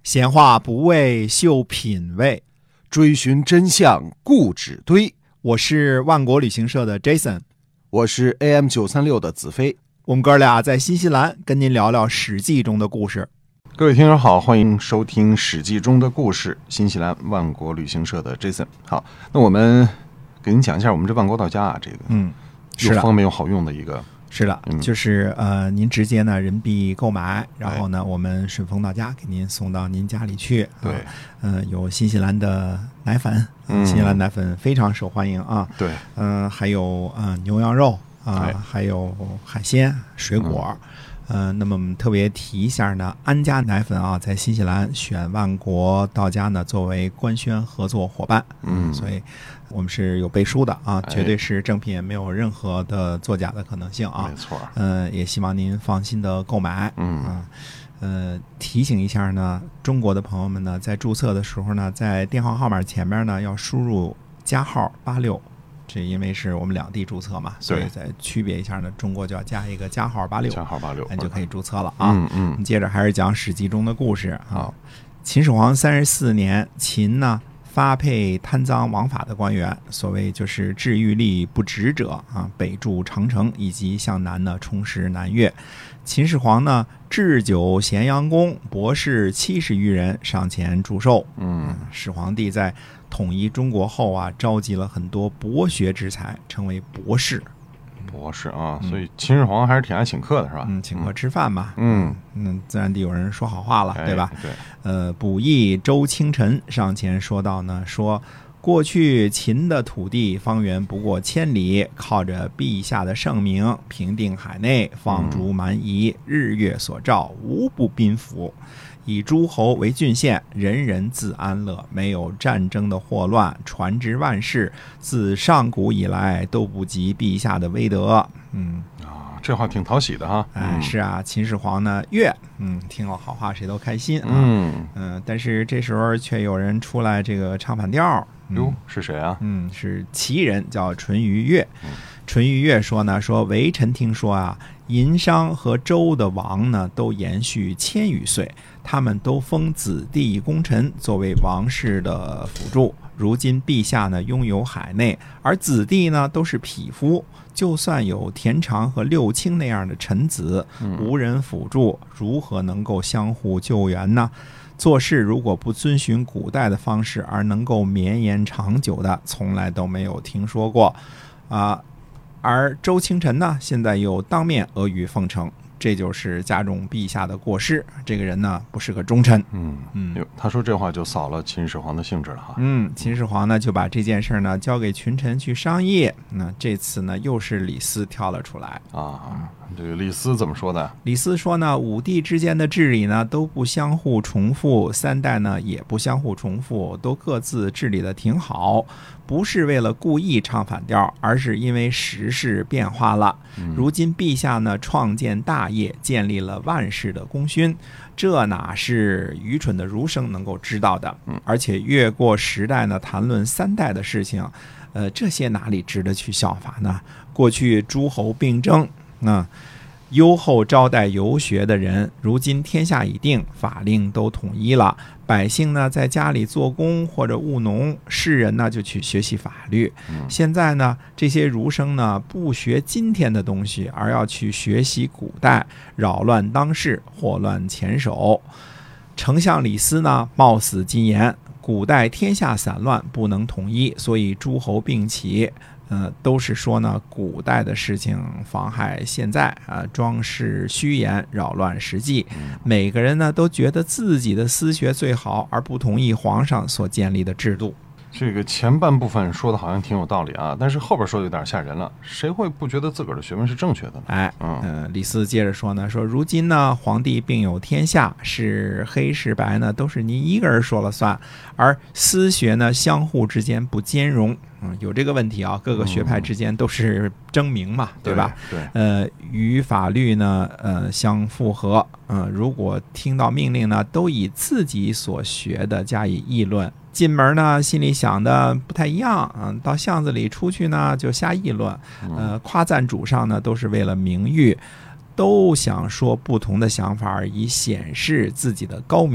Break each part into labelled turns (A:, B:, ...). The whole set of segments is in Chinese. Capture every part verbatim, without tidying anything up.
A: 闲话不为秀品味，
B: 追寻真相固执堆。
A: 我是万国旅行社的 Jason，
B: 我是 A M 九三六 的子飞。
A: 我们哥俩在新西兰跟您聊聊史记中的故事。
B: 各位听友好，欢迎收听史记中的故事，新西兰万国旅行社的 Jason。 好，那我们给您讲一下我们这万国到家啊，这个
A: 嗯，
B: 又方便又好用的一个。
A: 是的，
B: 嗯、
A: 就是呃，您直接呢人民币购买，然后呢，我们顺丰到家给您送到您家里去。
B: 对，
A: 嗯、呃，有新西兰的奶粉，
B: 嗯、
A: 新西兰奶粉非常受欢迎啊。
B: 对，
A: 嗯、呃，还有呃牛羊肉啊、呃，还有海鲜、水果。嗯呃，那么我们特别提一下呢，安佳奶粉啊，在新西兰选万国到家呢作为官宣合作伙伴，
B: 嗯，
A: 所以我们是有背书的啊，绝对是正品，没有任何的作假的可能性啊。
B: 没错。
A: 呃，也希望您放心的购买。
B: 嗯
A: 啊，呃，提醒一下呢，中国的朋友们呢，在注册的时候呢，在电话号码前面呢要输入加号八六。这因为是我们两地注册嘛，所以再区别一下呢，中国就要加一个加号八六，
B: 加号八六，
A: 你就可以注册了啊。
B: 嗯嗯。
A: 接着还是讲史记中的故事啊。秦始皇三十四年，秦呢发配贪赃枉法的官员，所谓就是治欲力不直者啊，北筑长城，以及向南呢充实南越。秦始皇呢置酒咸阳宫，博士七十余人上前祝寿。
B: 嗯，
A: 始皇帝在统一中国后啊，召集了很多博学之才，称为博士。
B: 博士啊，所以秦始皇还是挺爱请客的，是吧？
A: 嗯，请客吃饭嘛。
B: 嗯
A: 嗯，自然得有人说好话了，
B: 哎、
A: 对吧？
B: 对。
A: 呃，卜役周清晨上前说道呢，说过去秦的土地方圆不过千里，靠着陛下的圣明，平定海内，放逐蛮夷，嗯、日月所照，无不宾服。以诸侯为郡县，人人自安乐，没有战争的祸乱，传之万世，自上古以来都不及陛下的威德。嗯
B: 啊，这话挺讨喜的哈。
A: 哎，是啊，秦始皇呢悦，嗯，听了好话谁都开心啊。
B: 嗯
A: 嗯、呃，但是这时候却有人出来这个唱反调。
B: 哟、嗯，是谁啊？
A: 嗯，是齐人，叫淳于越。
B: 嗯、
A: 淳于越说呢，说微臣听说啊，殷商和周的王呢都延续千余岁，他们都封子弟功臣作为王室的辅助。如今陛下呢拥有海内，而子弟呢都是匹夫，就算有田常和六卿那样的臣子，无人辅助，如何能够相互救援呢？做事如果不遵循古代的方式而能够绵延长久的，从来都没有听说过啊。而周清晨呢，现在又当面阿谀奉承，这就是加重陛下的过失。这个人呢，不是个忠臣。
B: 嗯嗯，他说这话就扫了秦始皇的兴致了哈。
A: 嗯，秦始皇呢就把这件事呢交给群臣去商议。那这次呢，又是李斯跳了出来
B: 啊。这个李斯怎么说的？
A: 李斯说呢，五帝之间的治理呢都不相互重复，三代呢也不相互重复，都各自治理的挺好，不是为了故意唱反调，而是因为时势变化了。如今陛下呢创建大业，建立了万世的功勋，这哪是愚蠢的儒生能够知道的？而且越过时代呢谈论三代的事情，呃，这些哪里值得去效法呢？过去诸侯并争，那、嗯、优厚招待游学的人，如今天下已定，法令都统一了，百姓呢在家里做工或者务农，士人呢就去学习法律。现在呢这些儒生呢不学今天的东西，而要去学习古代，扰乱当世，祸乱前手。丞相李斯呢冒死进言，古代天下散乱，不能统一，所以诸侯并起。呃，都是说呢，古代的事情妨害现在啊，装饰虚言，扰乱实际。每个人呢都觉得自己的私学最好，而不同意皇上所建立的制度。
B: 这个前半部分说的好像挺有道理啊，但是后边说的有点吓人了。谁会不觉得自个儿的学问是正确的呢？
A: 哎，嗯、呃，李斯接着说呢，说如今呢，皇帝并有天下，是黑是白呢，都是您一个人说了算，而私学呢，相互之间不兼容。嗯，有这个问题啊，各个学派之间都是争名嘛，
B: 嗯、
A: 对吧？
B: 对，
A: 呃，与法律呢，呃，相符合。嗯、呃，如果听到命令呢，都以自己所学的加以议论。进门呢，心里想的不太一样，嗯，到巷子里出去呢，就瞎议论。呃，夸赞主上呢，都是为了名誉，都想说不同的想法，以显示自己的高明。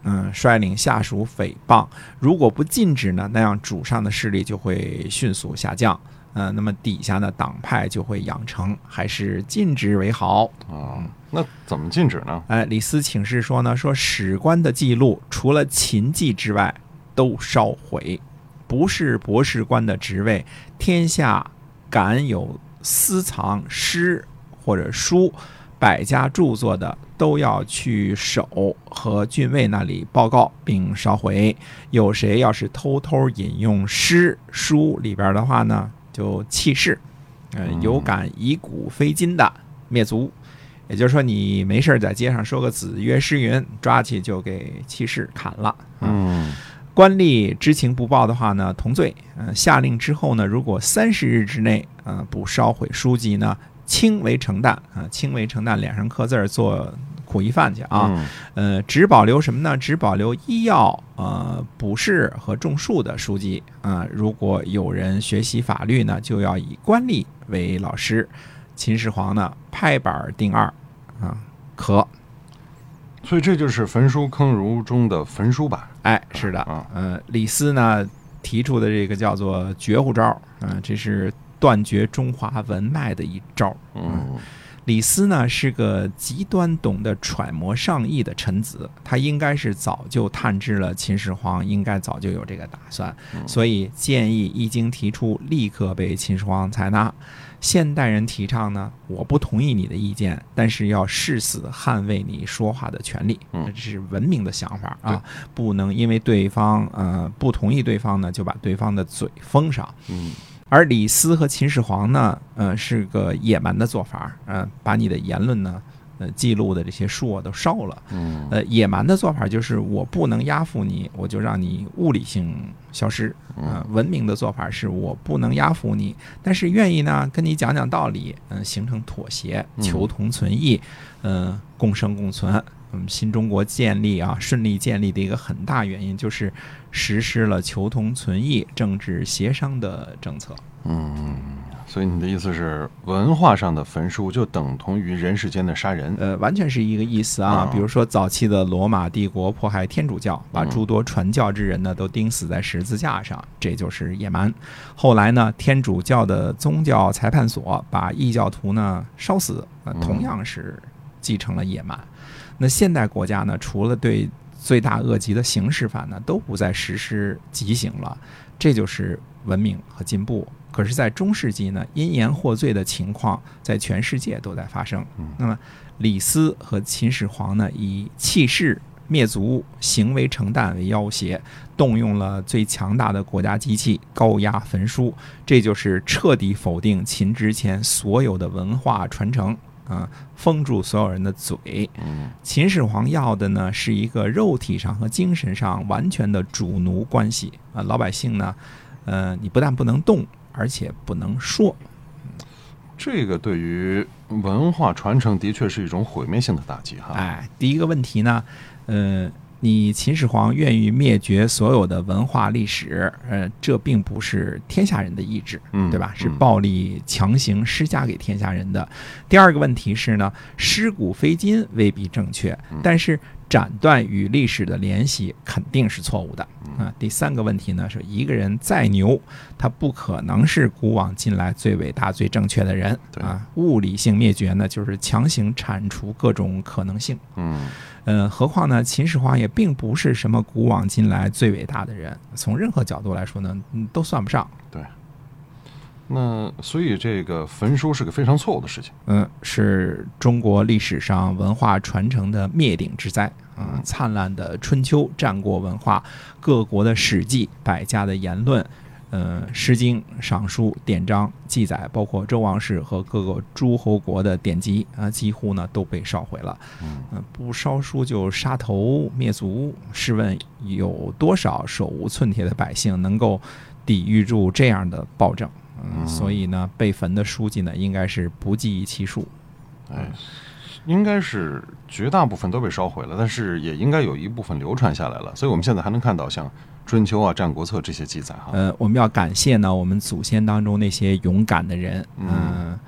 A: 嗯，率领下属诽谤。如果不禁止呢，那样主上的势力就会迅速下降。呃，那么底下的党派就会养成，还是禁止为好
B: 啊。那怎么禁止呢？
A: 哎，李斯请示说呢，说史官的记录除了秦记之外都烧毁，不是博士官的职位，天下敢有私藏诗或者书、百家著作的，都要去守和郡尉那里报告并烧毁。有谁要是偷偷引用诗书里边的话呢，就弃市，呃，有敢以古非今的灭族。也就是说，你没事在街上说个子曰诗云，抓起就给弃市砍了。
B: 嗯，
A: 官吏知情不报的话呢，同罪。呃，下令之后呢，如果三十日之内，呃，不烧毁书籍呢，轻为承担啊，轻为承担，脸上刻字做苦役犯去啊。呃，只保留什么呢？只保留医药、呃卜筮和种树的书籍啊、呃。如果有人学习法律呢，就要以官吏为老师。秦始皇呢，拍板定二啊，可。
B: 所以这就是焚书坑儒中的焚书吧？
A: 哎，是的，呃，李斯呢提出的这个叫做绝户招，嗯、呃，这是断绝中华文脉的一招。
B: 嗯，
A: 李斯呢是个极端懂得揣摩上意的臣子，他应该是早就探知了秦始皇应该早就有这个打算，所以建议一经提出，立刻被秦始皇采纳。现代人提倡呢，我不同意你的意见，但是要誓死捍卫你说话的权利，这是文明的想法啊，不能因为对方呃不同意对方呢，就把对方的嘴封上。
B: 嗯，
A: 而李斯和秦始皇呢，呃，是个野蛮的做法，呃，把你的言论呢，呃，记录的这些书啊都烧了。
B: 嗯，
A: 呃，野蛮的做法就是我不能压服你，我就让你物理性消失。呃，文明的做法是我不能压服你，但是愿意呢跟你讲讲道理，嗯、呃，形成妥协，求同存异，嗯、呃，共生共存。嗯，新中国建立啊，顺利建立的一个很大原因就是实施了求同存异、政治协商的政策。
B: 嗯，所以你的意思是，文化上的焚书就等同于人世间的杀人？
A: 呃，完全是一个意思啊。比如说，早期的罗马帝国迫害天主教，把诸多传教之人呢都钉死在十字架上，这就是野蛮。后来呢，天主教的宗教裁判所把异教徒呢烧死，呃、同样是继承了野蛮。那现代国家呢，除了对罪大恶极的刑事犯呢，都不再实施极刑了，这就是文明和进步。可是，在中世纪呢，因言获罪的情况在全世界都在发生。那么，李斯和秦始皇呢，以弃市、灭族、行为承担为要挟，动用了最强大的国家机器，高压焚书，这就是彻底否定秦之前所有的文化传承。啊，封住所有人的嘴。秦始皇要的呢，是一个肉体上和精神上完全的主奴关系啊。老百姓呢，呃，你不但不能动，而且不能说。
B: 这个对于文化传承的确是一种毁灭性的打击哈。
A: 哎，第一个问题呢，呃。你秦始皇愿意灭绝所有的文化历史，呃，这并不是天下人的意志，对吧？是暴力强行施加给天下人的。第二个问题是呢，尸骨非今未必正确，但是斩断与历史的联系肯定是错误的啊。第三个问题呢，是一个人再牛，他不可能是古往今来最伟大、最正确的人啊。物理性灭绝呢，就是强行铲除各种可能性。嗯。呃，何况呢，秦始皇也并不是什么古往今来最伟大的人，从任何角度来说呢，都算不上。
B: 对。那所以这个焚书是个非常错误的事情。
A: 嗯，是中国历史上文化传承的灭顶之灾啊、呃！灿烂的春秋、战国文化，各国的史记、百家的言论。呃，《诗经》、尚书、典章记载，包括周王室和各个诸侯国的典籍啊、呃，几乎呢都被烧毁了。嗯、呃，不烧书就杀头灭族，试问有多少手无寸铁的百姓能够抵御住这样的暴政？嗯、呃，所以呢，被焚的书籍呢，应该是不计其数。
B: 哎，应该是绝大部分都被烧毁了，但是也应该有一部分流传下来了。所以我们现在还能看到像春秋啊、战国策这些记载哈。
A: 呃，我们要感谢呢，我们祖先当中那些勇敢的人。嗯、呃，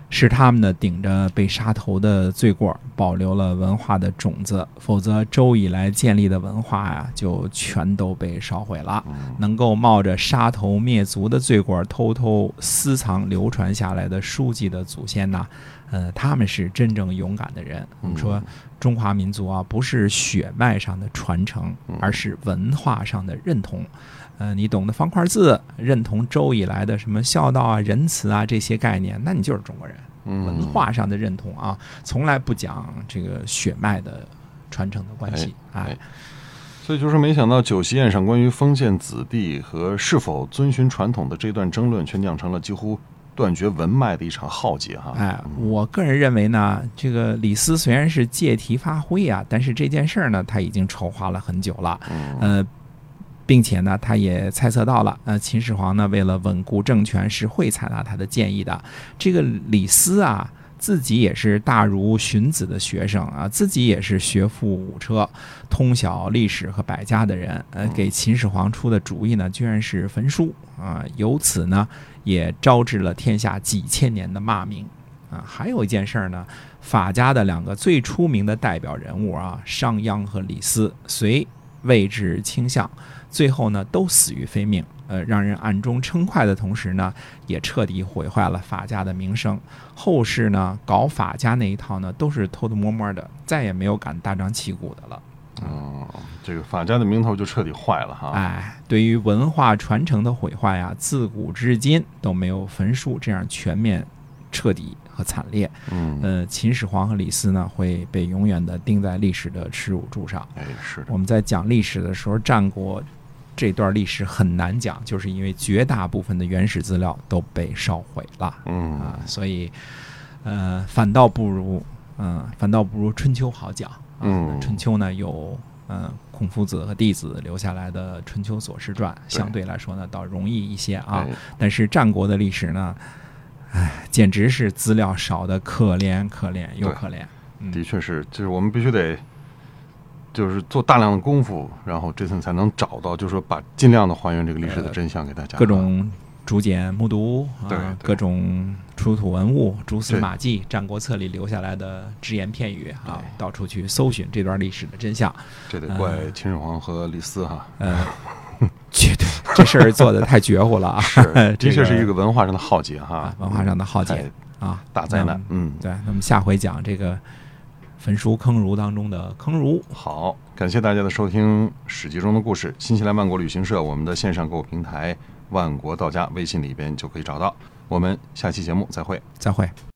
A: 是他们呢顶着被杀头的罪过，保留了文化的种子，否则周以来建立的文化呀，就全都被烧毁了。能够冒着杀头灭族的罪过，偷偷私藏流传下来的书籍的祖先呢，呃，他们是真正勇敢的人。我们说中华民族啊，不是血脉上的传承，而是文化上的认同。呃，你懂得方块字，认同周以来的什么孝道啊、仁慈啊这些概念，那你就是中国人。文化上的认同啊，从来不讲这个血脉的传承的关系。哎，哎
B: 所以就是没想到酒席宴上关于封建子弟和是否遵循传统的这段争论，却酿成了几乎断绝文脉的一场浩劫哈。
A: 哎，我个人认为呢，这个李斯虽然是借题发挥啊，但是这件事儿呢，他已经筹划了很久了。呃。并且呢，他也猜测到了，呃，秦始皇呢为了稳固政权是会采纳他的建议的。这个李斯啊，自己也是大儒荀子的学生啊，自己也是学富五车、通晓历史和百家的人。呃，给秦始皇出的主意呢，居然是焚书啊，由此呢也招致了天下几千年的骂名啊。还有一件事呢，法家的两个最出名的代表人物啊，商鞅和李斯，虽位置倾向。最后呢，都死于非命，呃，让人暗中称快的同时呢，也彻底毁坏了法家的名声。后世呢，搞法家那一套呢，都是偷偷摸摸的，再也没有敢大张旗鼓的了。
B: 哦，这个法家的名头就彻底坏了哈。
A: 哎，对于文化传承的毁坏啊，自古至今都没有焚书这样全面、彻底和惨烈。
B: 嗯，
A: 呃，秦始皇和李斯呢，会被永远的钉在历史的耻辱柱上。
B: 哎，是的。
A: 我们在讲历史的时候，战国这段历史很难讲，就是因为绝大部分的原始资料都被烧毁了。
B: 嗯
A: 啊，所以呃，反倒不如嗯、呃，反倒不如春秋好讲。啊、
B: 嗯，
A: 春秋呢有呃孔夫子和弟子留下来的《春秋左氏传》，相对来说呢倒容易一些啊。但是战国的历史呢，哎，简直是资料少的可怜可怜又可怜。
B: 嗯、的确是，就是我们必须得。就是做大量的功夫，然后这次才能找到，就是说把尽量的还原这个历史的真相给大家。
A: 各种竹简目读啊，
B: 对，
A: 各种出土文物、蛛丝马迹、战国策里留下来的只言片语啊，到处去搜寻这段历史的真相。
B: 这得怪秦始皇和李斯哈。
A: 呃，绝对这事儿做的太绝乎了啊！
B: 是，的确是一个文化上的浩劫哈，
A: 文化上的浩劫啊，
B: 大灾难。嗯，
A: 对。那么下回讲这个。焚书坑儒当中的坑儒。
B: 好，感谢大家的收听《史记》中的故事。新西兰万国旅行社我们的线上购物平台万国到家微信里边就可以找到。我们下期节目再会，
A: 再会。